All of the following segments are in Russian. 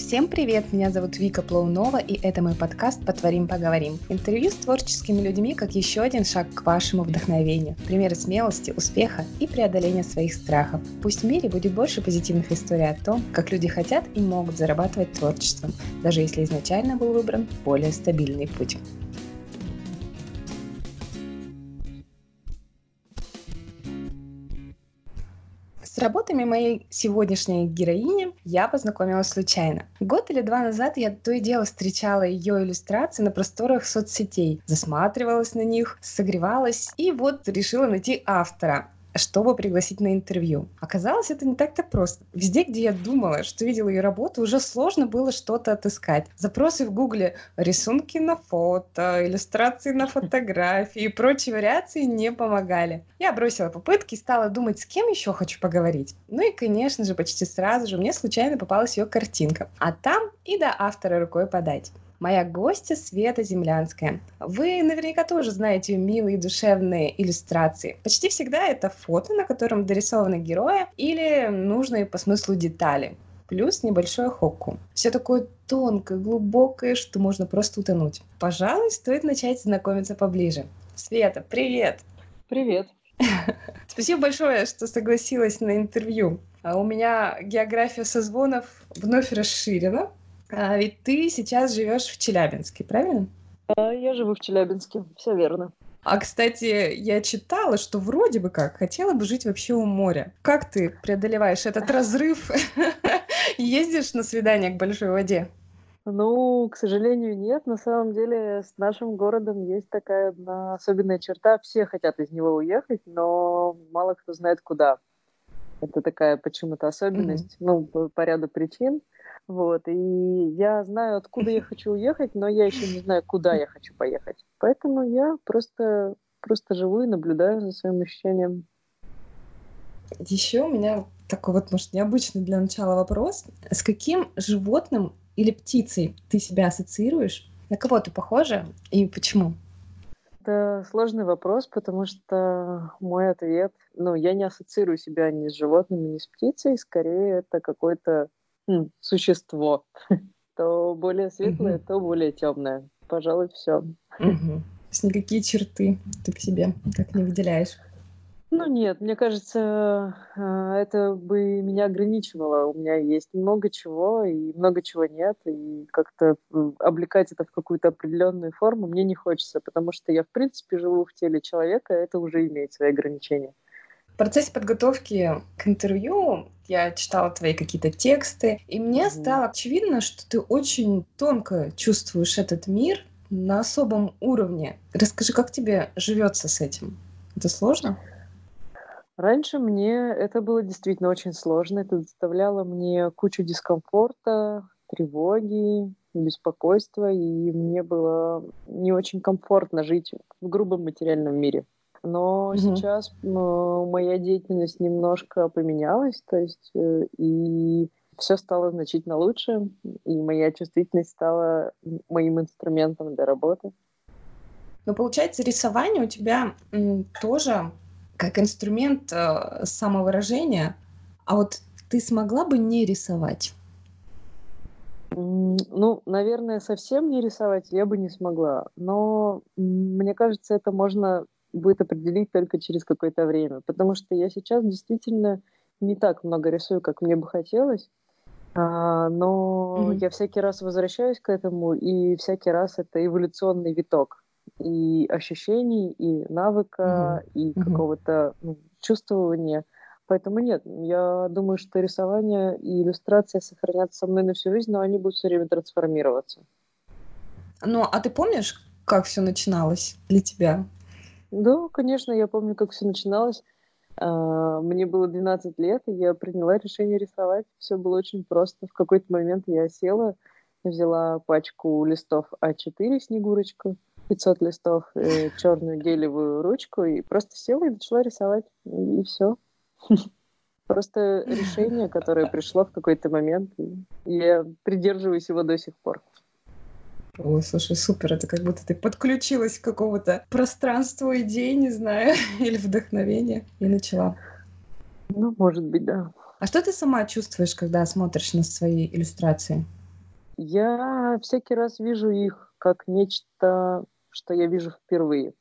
Всем привет! Меня зовут Вика Плоунова, и это мой подкаст «Потворим, поговорим». Интервью с творческими людьми как еще один шаг к вашему вдохновению. Примеры смелости, успеха и преодоления своих страхов. Пусть в мире будет больше позитивных историй о том, как люди хотят и могут зарабатывать творчеством, даже если изначально был выбран более стабильный путь. С работами моей сегодняшней героини я познакомилась случайно. Год или два назад я то и дело встречала ее иллюстрации на просторах соцсетей, засматривалась на них, согревалась и вот решила найти автора, чтобы пригласить на интервью. Оказалось, это не так-то просто. Везде, где я думала, что видела ее работу, уже сложно было что-то отыскать. Запросы в Гугле, рисунки на фото, иллюстрации на фотографии и прочие вариации не помогали. Я бросила попытки и стала думать, с кем еще хочу поговорить. Ну и, конечно же, почти сразу же мне случайно попалась ее картинка. А там и до автора рукой подать. Моя гостья Света Землянская. Вы наверняка тоже знаете милые душевные иллюстрации. Почти всегда это фото, на котором дорисованы герои или нужные по смыслу детали. Плюс небольшое хокку. Все такое тонкое, глубокое, что можно просто утонуть. Пожалуй, стоит начать знакомиться поближе. Света, привет! Привет! Спасибо большое, что согласилась на интервью. У меня география созвонов вновь расширена. Ведь ты сейчас живешь в Челябинске, правильно? Да, я живу в Челябинске, все верно. Кстати, я читала, что вроде бы как хотела бы жить вообще у моря. Как ты преодолеваешь этот разрыв? Ездишь на свидание к большой воде? Ну, к сожалению, нет. На самом деле с нашим городом есть такая одна особенная черта. Все хотят из него уехать, но мало кто знает куда. Это такая почему-то особенность, по ряду причин. Вот. И я знаю, откуда я хочу уехать, но я еще не знаю, куда я хочу поехать. Поэтому я просто живу и наблюдаю за своим ощущением. Еще у меня такой вот, может, необычный для начала вопрос. С каким животным или птицей ты себя ассоциируешь? На кого ты похожа и почему? Это сложный вопрос, потому что мой ответ, я не ассоциирую себя ни с животными, ни с птицей, скорее это какое-то существо. То более светлое, то более темное. Пожалуй, все. То есть никакие черты ты по себе так не выделяешь? Нет, мне кажется, это бы меня ограничивало. У меня есть много чего, и много чего нет, и как-то облекать это в какую-то определенную форму мне не хочется, потому что я, в принципе, живу в теле человека, это уже имеет свои ограничения. В процессе подготовки к интервью я читала твои какие-то тексты, и мне стало очевидно, что ты очень тонко чувствуешь этот мир на особом уровне. Расскажи, как тебе живется с этим? Это сложно? Раньше мне это было действительно очень сложно. Это доставляло мне кучу дискомфорта, тревоги, беспокойства, и мне было не очень комфортно жить в грубом материальном мире. Но сейчас моя деятельность немножко поменялась, то есть и все стало значительно лучше, и моя чувствительность стала моим инструментом для работы. Но получается, рисование у тебя тоже как инструмент самовыражения, а вот ты смогла бы не рисовать? Наверное, совсем не рисовать я бы не смогла, но мне кажется, это можно будет определить только через какое-то время, потому что я сейчас действительно не так много рисую, как мне бы хотелось, но я всякий раз возвращаюсь к этому, и всякий раз это эволюционный виток и ощущений, и навыка, и какого-то чувствования. Поэтому нет, я думаю, что рисование и иллюстрация сохранятся со мной на всю жизнь, но они будут все время трансформироваться. А ты помнишь, как все начиналось для тебя? Да, конечно, я помню, как все начиналось. Мне было 12 лет, и я приняла решение рисовать. Все было очень просто. В какой-то момент я села, взяла пачку листов А4, Снегурочку, 500 листов, черную гелевую ручку, и просто села и начала рисовать. И все. Просто решение, которое пришло в какой-то момент, и я придерживаюсь его до сих пор. Ой, слушай, супер, это как будто ты подключилась к какому-то пространству идей, не знаю, или вдохновения, и начала. Может быть, да. А что ты сама чувствуешь, когда смотришь на свои иллюстрации? Я всякий раз вижу их как нечто, что я вижу впервые.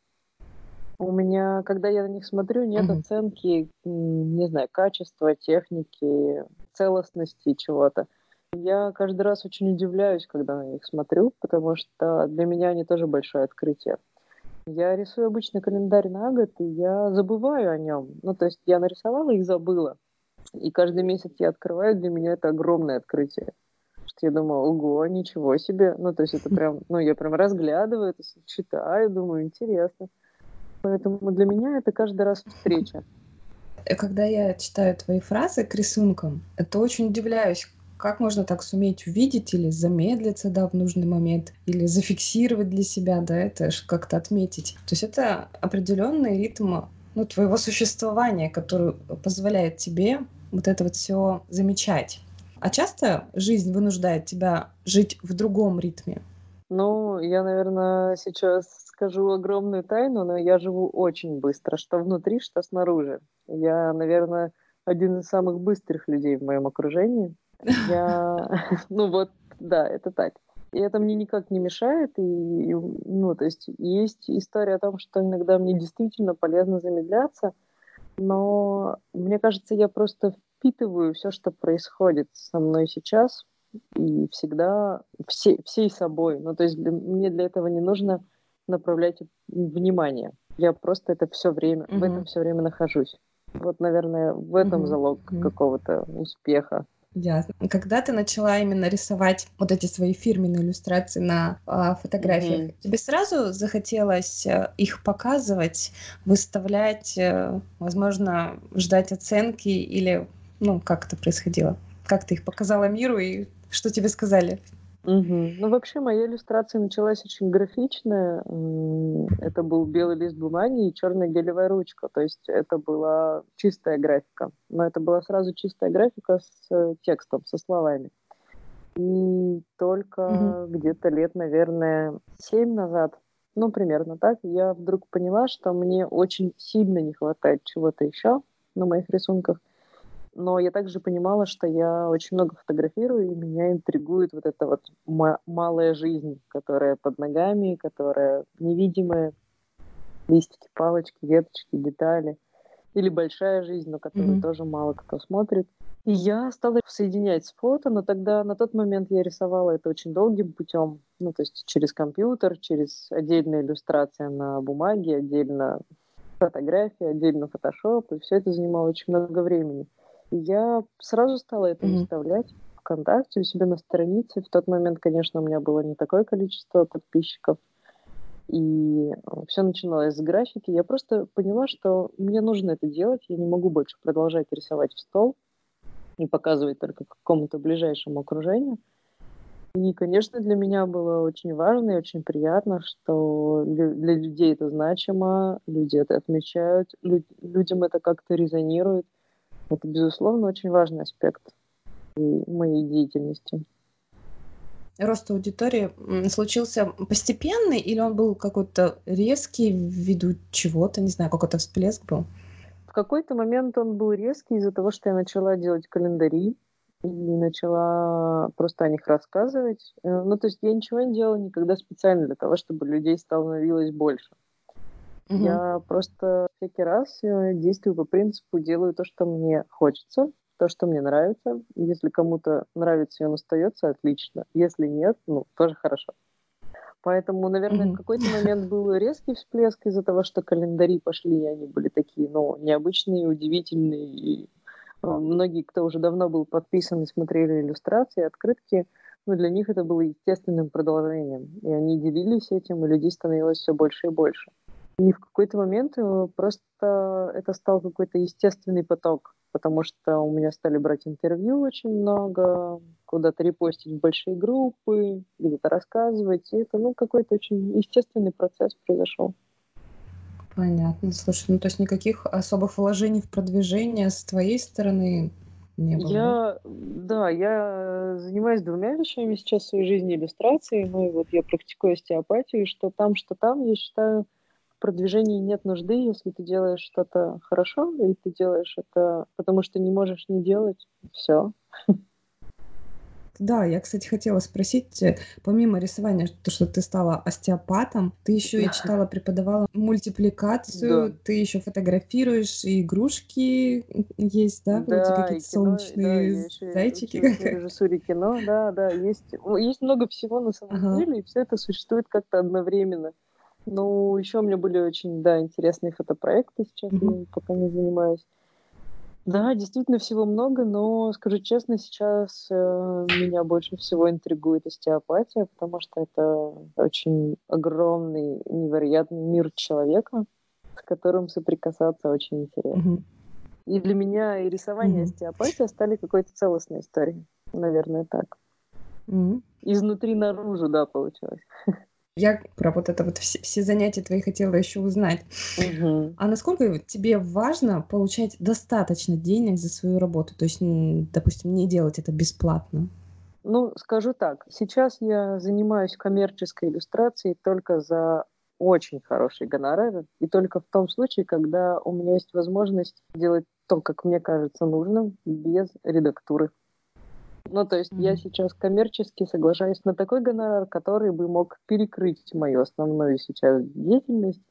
У меня, когда я на них смотрю, нет Мгм. оценки, не знаю, качества, техники, целостности чего-то. Я каждый раз очень удивляюсь, когда на них смотрю, потому что для меня они тоже большое открытие. Я рисую обычно календарь на год, и я забываю о нем. Ну, то есть я нарисовала и забыла. И каждый месяц я открываю, для меня это огромное открытие. Что я думаю, ого, ничего себе. Ну, то есть это прям, ну, я прям разглядываю это, читаю, думаю, интересно. Поэтому для меня это каждый раз встреча. Когда я читаю твои фразы к рисункам, то очень удивляюсь, как можно так суметь увидеть или замедлиться, да, в нужный момент, или зафиксировать для себя, да, это ж как-то отметить. То есть это определенный ритм, ну, твоего существования, который позволяет тебе вот это вот все замечать. А часто жизнь вынуждает тебя жить в другом ритме? Ну, я, наверное, сейчас скажу огромную тайну, но я живу очень быстро, что внутри, что снаружи. Я, наверное, один из самых быстрых людей в моем окружении. Я, ну вот, да, это так. И это мне никак не мешает. Ну, то есть есть история о том, что иногда мне действительно полезно замедляться, но мне кажется, я просто впитываю все, что происходит со мной сейчас, и всегда всей собой. Ну, то есть мне для этого не нужно направлять внимание. Я просто это все время, в этом Мгм. все время нахожусь. Вот, наверное, в этом Мгм. залог Мгм. какого-то успеха. Ясно. Когда ты начала именно рисовать вот эти свои фирменные иллюстрации на фотографиях, Мгм. тебе сразу захотелось их показывать, выставлять, возможно, ждать оценки или, ну, как это происходило? Как ты их показала миру и что тебе сказали? Мгм. Ну, вообще, моя иллюстрация началась очень графичная. Это был белый лист бумаги и черная гелевая ручка. То есть это была чистая графика. Но это была сразу чистая графика с текстом, со словами. И Мгм. только где-то лет, наверное, 7 назад, ну, примерно так, я вдруг поняла, что мне очень сильно не хватает чего-то еще на моих рисунках. Но я также понимала, что я очень много фотографирую, и меня интригует вот эта вот малая жизнь, которая под ногами, которая невидимая, листики, палочки, веточки, детали. Или большая жизнь, на которую Мгм. тоже мало кто смотрит. И я стала соединять с фото, но тогда, на тот момент я рисовала это очень долгим путем. Ну, то есть через компьютер, через отдельная иллюстрация на бумаге, отдельно фотографии, отдельно фотошоп, и все это занимало очень много времени. И я сразу стала это Мгм. выставлять ВКонтакте у себя на странице. В тот момент, конечно, у меня было не такое количество подписчиков, и все начиналось с графики. Я просто поняла, что мне нужно это делать, я не могу больше продолжать рисовать в стол и показывать только какому-то ближайшему окружению. И, конечно, для меня было очень важно и очень приятно, что для людей это значимо, люди это отмечают, людям это как-то резонирует. Это, безусловно, очень важный аспект моей деятельности. Рост аудитории случился постепенный или он был какой-то резкий ввиду чего-то, не знаю, какой-то всплеск был? В какой-то момент он был резкий из-за того, что я начала делать календари и начала просто о них рассказывать. Ну, то есть я ничего не делала никогда специально для того, чтобы людей становилось больше. Мгм. Я просто всякий раз действую по принципу, делаю то, что мне хочется, то, что мне нравится. Если кому-то нравится и он остается, отлично. Если нет, ну, тоже хорошо. Поэтому, наверное, в Мгм. какой-то момент был резкий всплеск из-за того, что календари пошли, и они были такие, ну, необычные, удивительные. И многие, кто уже давно был подписан и смотрели иллюстрации, открытки, ну, для них это было естественным продолжением. И они делились этим, и людей становилось все больше и больше. И в какой-то момент просто это стал какой-то естественный поток, потому что у меня стали брать интервью очень много, куда-то репостить в большие группы, где-то рассказывать. И это, ну, какой-то очень естественный процесс произошел. Понятно. Слушай, ну то есть никаких особых вложений в продвижение с твоей стороны не было, да? Да, я занимаюсь двумя вещами сейчас в своей жизни иллюстрацией. Ну и вот я практикую остеопатию, и что там, я считаю, в продвижении нет нужды, если ты делаешь что-то хорошо, и ты делаешь это, потому что не можешь не делать. Все. Да, я, кстати, хотела спросить, помимо рисования, то, что ты стала остеопатом, ты еще и читала, преподавала Да, мультипликацию, ты еще фотографируешь, и игрушки есть, да, вроде да, и какие-то кино, да, я солнечные еще зайчики. училась на режиссуре кино, да, да, есть много всего на самом Ага. деле, и все это существует как-то одновременно. Ну, еще у меня были очень, да, интересные фотопроекты, сейчас я Мгм. им пока не занимаюсь. Да, действительно всего много, но, скажу честно, сейчас меня больше всего интригует остеопатия, потому что это очень огромный, невероятный мир человека, с которым соприкасаться очень интересно. Мгм. И для меня и рисование, и Мгм. остеопатия стали какой-то целостной историей. Наверное, так. Мгм. Изнутри наружу, да, получилось. Я про вот это вот все занятия твои хотела еще узнать. Мгм. А насколько тебе важно получать достаточно денег за свою работу? То есть, допустим, не делать это бесплатно. Ну, скажу так, сейчас я занимаюсь коммерческой иллюстрацией только за очень хороший гонорар, и только в том случае, когда у меня есть возможность делать то, как мне кажется нужным, без редактуры. Ну, то есть я Мгм. сейчас коммерчески соглашаюсь на такой гонорар, который бы мог перекрыть мою основную сейчас деятельность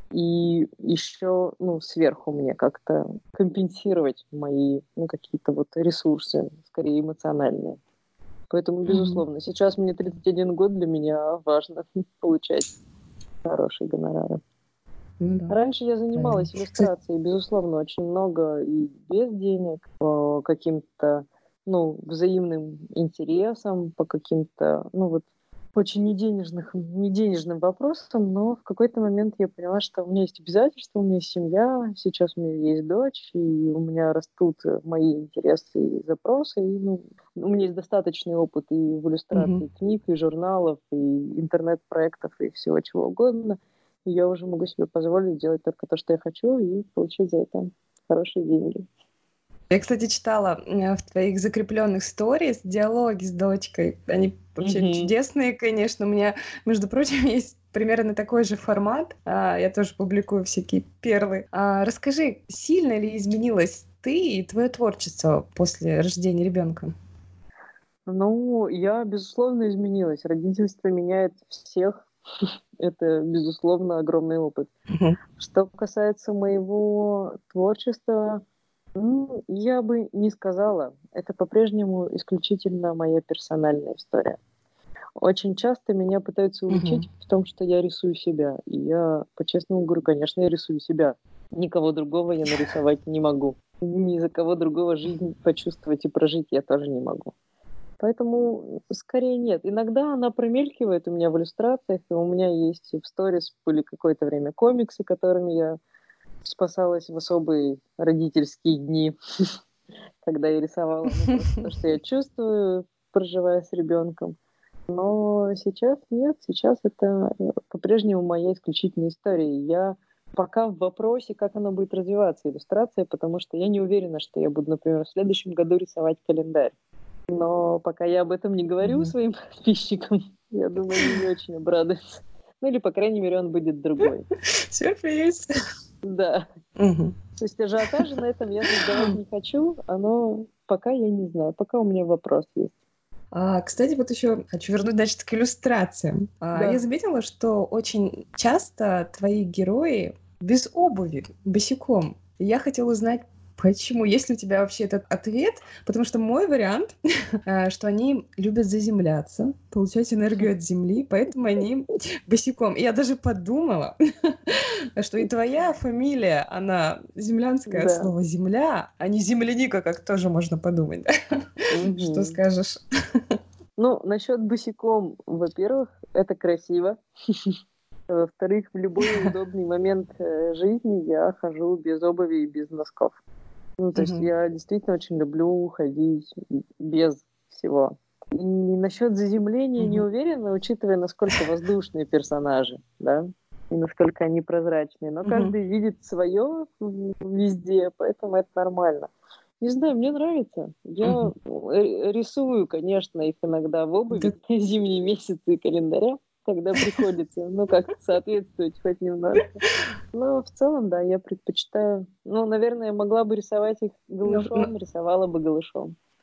и еще, ну, сверху мне как-то компенсировать мои, ну, какие-то вот ресурсы, скорее эмоциональные. Поэтому, Мгм. безусловно, сейчас мне 31 год, для меня важно получать хорошие гонорары. Ну да, Раньше я правильно. занималась Кстати, иллюстрацией, безусловно, очень много и без денег, по каким-то, ну, взаимным интересам, по каким-то, ну, вот очень неденежным вопросам, но в какой-то момент я поняла, что у меня есть обязательства, у меня есть семья, сейчас у меня есть дочь, и у меня растут мои интересы и запросы, и, ну, у меня есть достаточный опыт и в мгм. иллюстрации книг, и журналов, и интернет-проектов, и всего чего угодно. И я уже могу себе позволить делать только то, что я хочу, и получить за это хорошие деньги. Я, кстати, читала в твоих закрепленных сторис диалоги с дочкой. Они вообще Мгм. чудесные, конечно. У меня, между прочим, есть примерно такой же формат. Я тоже публикую всякие перлы. Расскажи, сильно ли изменилась ты и твое творчество после рождения ребенка? Ну, я, безусловно, изменилась. Родительство меняет всех. Это, безусловно, огромный опыт. Мгм. Что касается моего творчества, ну, я бы не сказала. Это по-прежнему исключительно моя персональная история. Очень часто меня пытаются Мгм. уличить в том, что я рисую себя. И я по-честному говорю, конечно, я рисую себя. Никого другого я нарисовать не могу. Ни за кого другого жизнь почувствовать и прожить я тоже не могу. Поэтому скорее нет. Иногда она промелькивает у меня в иллюстрациях, и у меня есть и в сторис были какое-то время комиксы, которыми я спасалась в особые родительские дни, когда я рисовала, ну, просто то, что я чувствую, проживая с ребенком. Но сейчас нет, сейчас это по-прежнему моя исключительная история. Я пока в вопросе, как она будет развиваться, иллюстрация, потому что я не уверена, что я буду, например, в следующем году рисовать календарь. Но пока я об этом не говорю Мгм. своим подписчикам, я думаю, они не очень обрадуются. Ну или, по крайней мере, он будет другой. Сюрприз. Да. Мгм. То есть ажиотажа на этом я создавать не хочу, оно пока я не знаю, пока у меня вопрос есть. Кстати, вот еще хочу вернуть, значит, к иллюстрациям. Я Да. заметила, что очень часто твои герои без обуви, босиком. И я хотела узнать, почему. Есть ли у тебя вообще этот ответ? Потому что мой вариант, что они любят заземляться, получать энергию от земли, поэтому они босиком. И я даже подумала, что и твоя фамилия, она землянская от Да. слова «земля», а не «земляника», как тоже можно подумать. Что Мгм. скажешь? Ну, насчет босиком, во-первых, это красиво. Во-вторых, в любой удобный момент жизни я хожу без обуви и без носков. Ну, то есть Мгм. я действительно очень люблю ходить без всего. И насчет заземления не Мгм. уверена, учитывая, насколько воздушные персонажи, да, и насколько они прозрачные. Но Мгм. каждый видит свое везде, поэтому это нормально. Не знаю, мне нравится. Я Мгм. рисую, конечно, их иногда в Да. обуви, зимние месяцы и календаря, когда приходится, ну, как-то соответствовать хоть немножко. Но в целом, да, я предпочитаю. Ну, наверное, могла бы рисовать их Ну, голышом, рисовала бы голышом.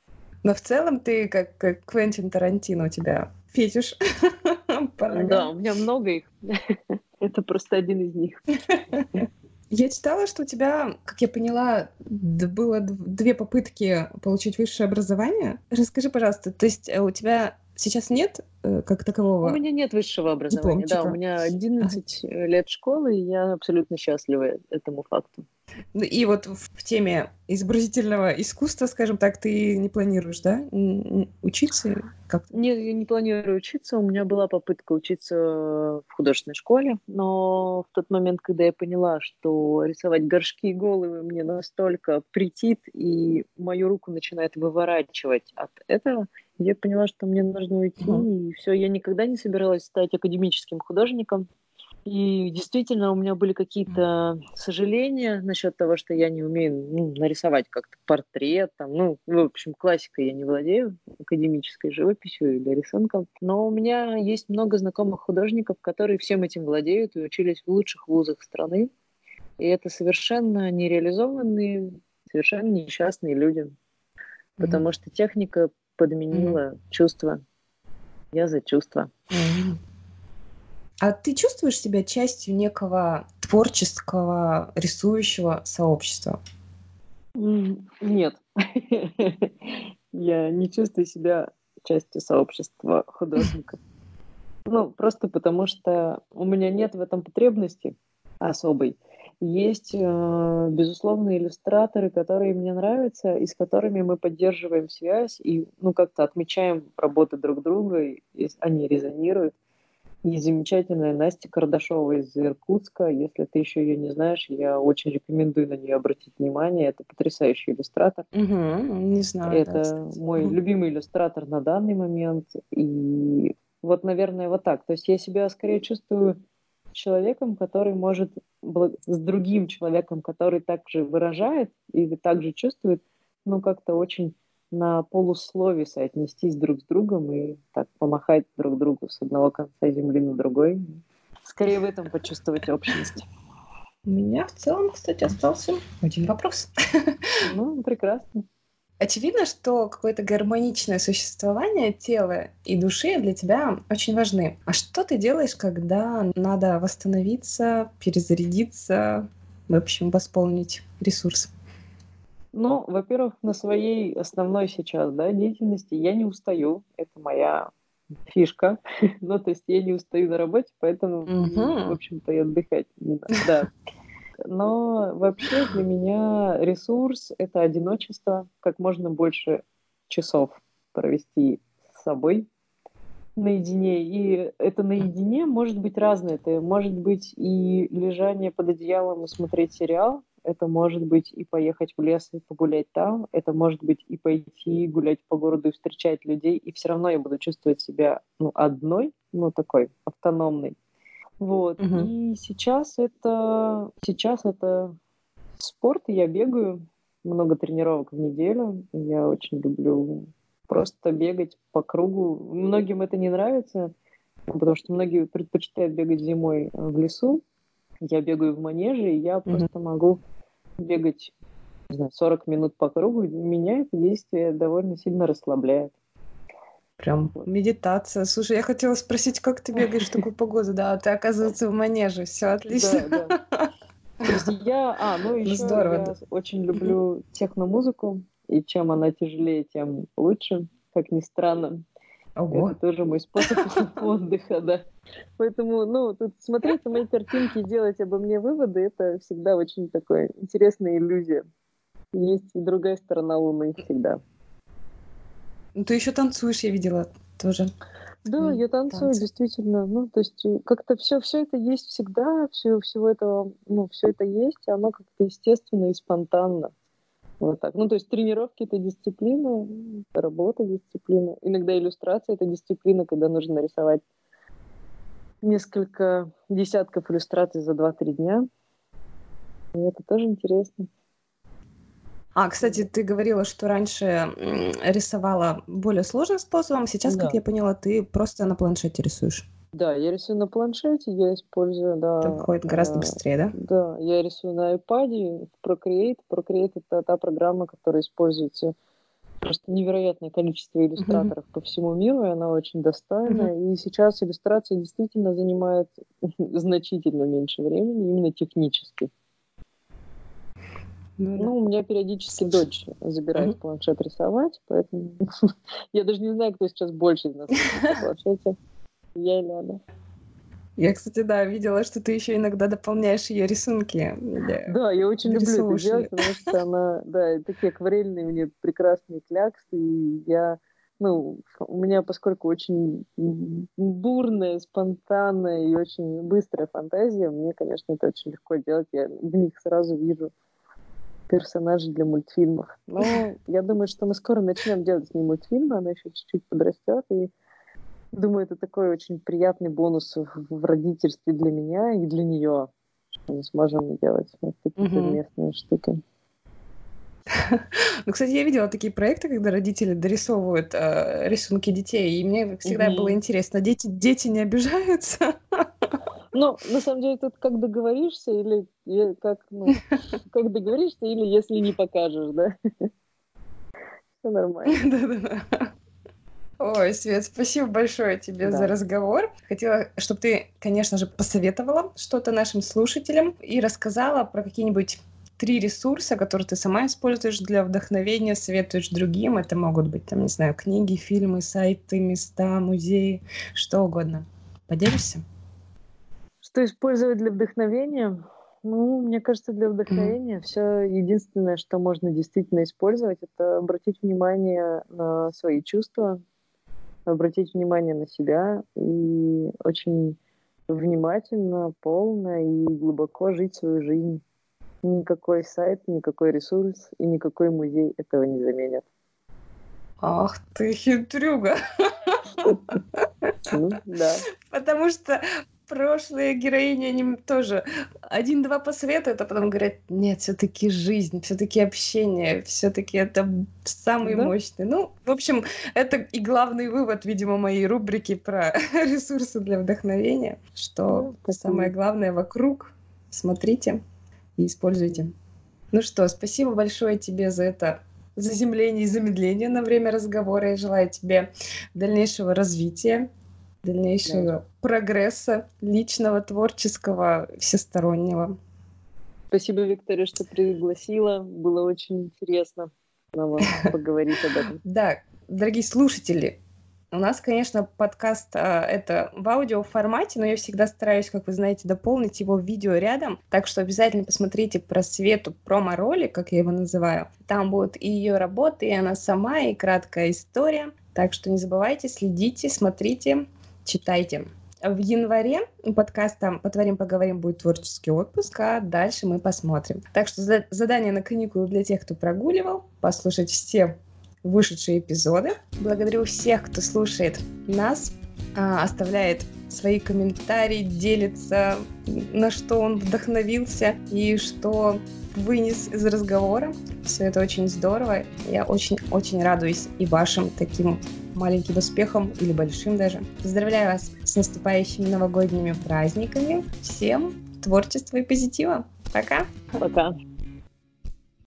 Но в целом ты как Квентин Тарантино, у тебя фетиш по Да, ногам. у меня много их. Это просто один из них. Я читала, что у тебя, как я поняла, было две попытки получить высшее образование. Расскажи, пожалуйста, то есть у тебя сейчас нет как У такового меня нет высшего образования. Да, у дипломчика? меня Ага. 11 лет школы, и я абсолютно счастлива этому факту. Ну, и вот в теме изобразительного искусства, скажем так, ты не планируешь, да, учиться как-то? Нет, я не планирую учиться. У меня была попытка учиться в художественной школе, но в тот момент, когда я поняла, что рисовать горшки и головы мне настолько претит, и мою руку начинает выворачивать от этого, я поняла, что мне нужно уйти, Мгм. и все. Я никогда не собиралась стать академическим художником. И действительно, у меня были какие-то сожаления насчет того, что я не умею нарисовать как-то портрет. Там, ну, в общем, классикой я не владею, академической живописью или рисунком. Но у меня есть много знакомых художников, которые всем этим владеют и учились в лучших вузах страны. И это совершенно нереализованные, совершенно несчастные люди. Мгм. Потому что техника Мгм. подменила чувства. Я за чувства. Мгм. А ты чувствуешь себя частью некого творческого, рисующего сообщества? Нет. Я не чувствую себя частью сообщества художников. Ну, просто потому что у меня нет в этом потребности особой. Есть, безусловно, иллюстраторы, которые мне нравятся, и с которыми мы поддерживаем связь и, ну, как-то отмечаем работы друг друга, и они резонируют. Есть замечательная Настя Кардашова из Иркутска. Если ты еще ее не знаешь, я очень рекомендую на нее обратить внимание. Это потрясающий иллюстратор. Мгм. Не знаю, да, Это кстати. мой Мгм. любимый иллюстратор на данный момент. И вот, наверное, вот так. То есть я себя скорее чувствую человеком, который может с другим человеком, который также выражает и также чувствует, ну, как-то очень на полуслове соотнестись друг с другом и так помахать друг другу с одного конца земли на другой. Скорее в этом почувствовать общность. У меня в целом, кстати, остался один вопрос. Ну, прекрасно. Очевидно, что какое-то гармоничное существование тела и души для тебя очень важны. А что ты делаешь, когда надо восстановиться, перезарядиться, в общем, восполнить ресурс? Ну, во-первых, на своей основной сейчас, да, деятельности я не устаю. Это моя фишка. Ну, то есть я не устаю на работе, поэтому, в Мгм. общем-то, и отдыхать не надо. Да. Но вообще для меня ресурс — это одиночество, как можно больше часов провести с собой наедине. И это наедине может быть разное. Это может быть и лежание под одеялом и смотреть сериал. Это может быть и поехать в лес и погулять там. Это может быть и пойти гулять по городу и встречать людей. И все равно я буду чувствовать себя, ну, одной, ну, такой автономной. Вот. Мгм. И сейчас это спорт. Я бегаю много тренировок в неделю. Я очень люблю просто бегать по кругу. Многим это не нравится, потому что многие предпочитают бегать зимой в лесу. Я бегаю в манеже, и я Мгм. просто могу бегать, не знаю, 40 минут по кругу. И меня это действие довольно сильно расслабляет. Прям Вот. медитация. Слушай, я хотела спросить, как ты бегаешь в такую погоду? Да, а ты, оказывается, в манеже. Все отлично. Да, да. То есть ну Ну, еще здорово. я Да. очень Мгм. люблю техномузыку, и чем она тяжелее, тем лучше, как ни странно. Ого. Это тоже мой способ отдыха, да. Поэтому, ну, тут смотреть на мои картинки и делать обо мне выводы — это всегда очень такая интересная иллюзия. Есть и другая сторона Луны всегда. Ну, ты еще танцуешь, я видела тоже Да, твои я танцую, танцы. действительно. Ну, то есть как-то все это есть всегда, всего этого, ну, все это есть, и оно как-то естественно и спонтанно. Вот так. Ну, то есть тренировки — это дисциплина, работа — дисциплина. Иногда иллюстрация — это дисциплина, когда нужно нарисовать несколько десятков иллюстраций за 2-3 дня. И это тоже интересно. А, кстати, Вот. ты говорила, что раньше рисовала более сложным способом. Сейчас, как Да. я поняла, ты просто на планшете рисуешь. Да, я рисую на планшете, я использую, Это да, выходит гораздо быстрее, да? да, я рисую на iPad, в Procreate. Procreate — это та программа, которая используется просто невероятное количество иллюстраторов по всему миру, и она очень достойная. И сейчас иллюстрация действительно занимает значительно меньше времени, именно технически. Ну, у меня периодически дочь забирает планшет рисовать, поэтому я даже не знаю, кто сейчас больше из нас на планшете, я или она. Я, кстати, да, видела, что ты еще иногда дополняешь ее рисунки. Да, я очень люблю это делать, потому что она, да, такие акварельные у нее прекрасные кляксы, и я, у меня, поскольку очень бурная, спонтанная и очень быстрая фантазия, мне, конечно, это очень легко делать, я в них сразу вижу персонажей для мультфильмов. Но я думаю, что мы скоро начнем делать с ней мультфильмы, она еще чуть-чуть подрастет, и думаю, это такой очень приятный бонус в родительстве для меня и для нее, что мы сможем делать вот такие совместные штуки. Ну, кстати, я видела такие проекты, когда родители дорисовывают рисунки детей, и мне всегда было интересно, дети не обижаются? Ну, на самом деле, тут как договоришься, или как договоришься, или если не покажешь, да? Все нормально. Да-да-да. Ой, Свет, спасибо большое тебе за разговор. Хотела, чтобы ты, конечно же, посоветовала что-то нашим слушателям и рассказала про какие-нибудь 3 ресурса, которые ты сама используешь для вдохновения, советуешь другим. Это могут быть, там, не знаю, книги, фильмы, сайты, места, музеи, что угодно. Поделишься? Что использовать для вдохновения? Ну, мне кажется, для вдохновения все единственное, что можно действительно использовать, это обратить внимание на свои чувства, обратить внимание на себя и очень внимательно, полно и глубоко жить свою жизнь. Никакой сайт, никакой ресурс и никакой музей этого не заменят. Ах ты хитрюга! Да. Потому что прошлые героини, они тоже 1-2 посоветуют, а потом говорят, нет, все-таки жизнь, все-таки общение, все-таки это самый мощный. Ну, в общем, это и главный вывод, видимо, моей рубрики про ресурсы для вдохновения, что самое главное вокруг. Смотрите и используйте. Ну что, спасибо большое тебе за это заземление и замедление на время разговора. Я желаю тебе дальнейшего развития, дальнейшего прогресса личного, творческого, всестороннего. Спасибо, Виктория, что пригласила. Было очень интересно снова поговорить об этом. Да, дорогие слушатели, у нас, конечно, подкаст это в аудиоформате, но я всегда стараюсь, как вы знаете, дополнить его видео рядом. Так что обязательно посмотрите про Свету промо-ролик, как я его называю. Там будут и ее работы, и она сама, и краткая история. Так что не забывайте, следите, смотрите, читайте. В январе у подкаста «Потворим, поговорим» будет творческий отпуск, а дальше мы посмотрим. Так что задание на каникулы для тех, кто прогуливал, послушать все вышедшие эпизоды. Благодарю всех, кто слушает нас, оставляет свои комментарии, делится, на что он вдохновился и что вынес из разговора. Все это очень здорово. Я очень-очень радуюсь и вашим таким маленьким успехам или большим даже. Поздравляю вас с наступающими новогодними праздниками. Всем творчества и позитива. Пока! Пока!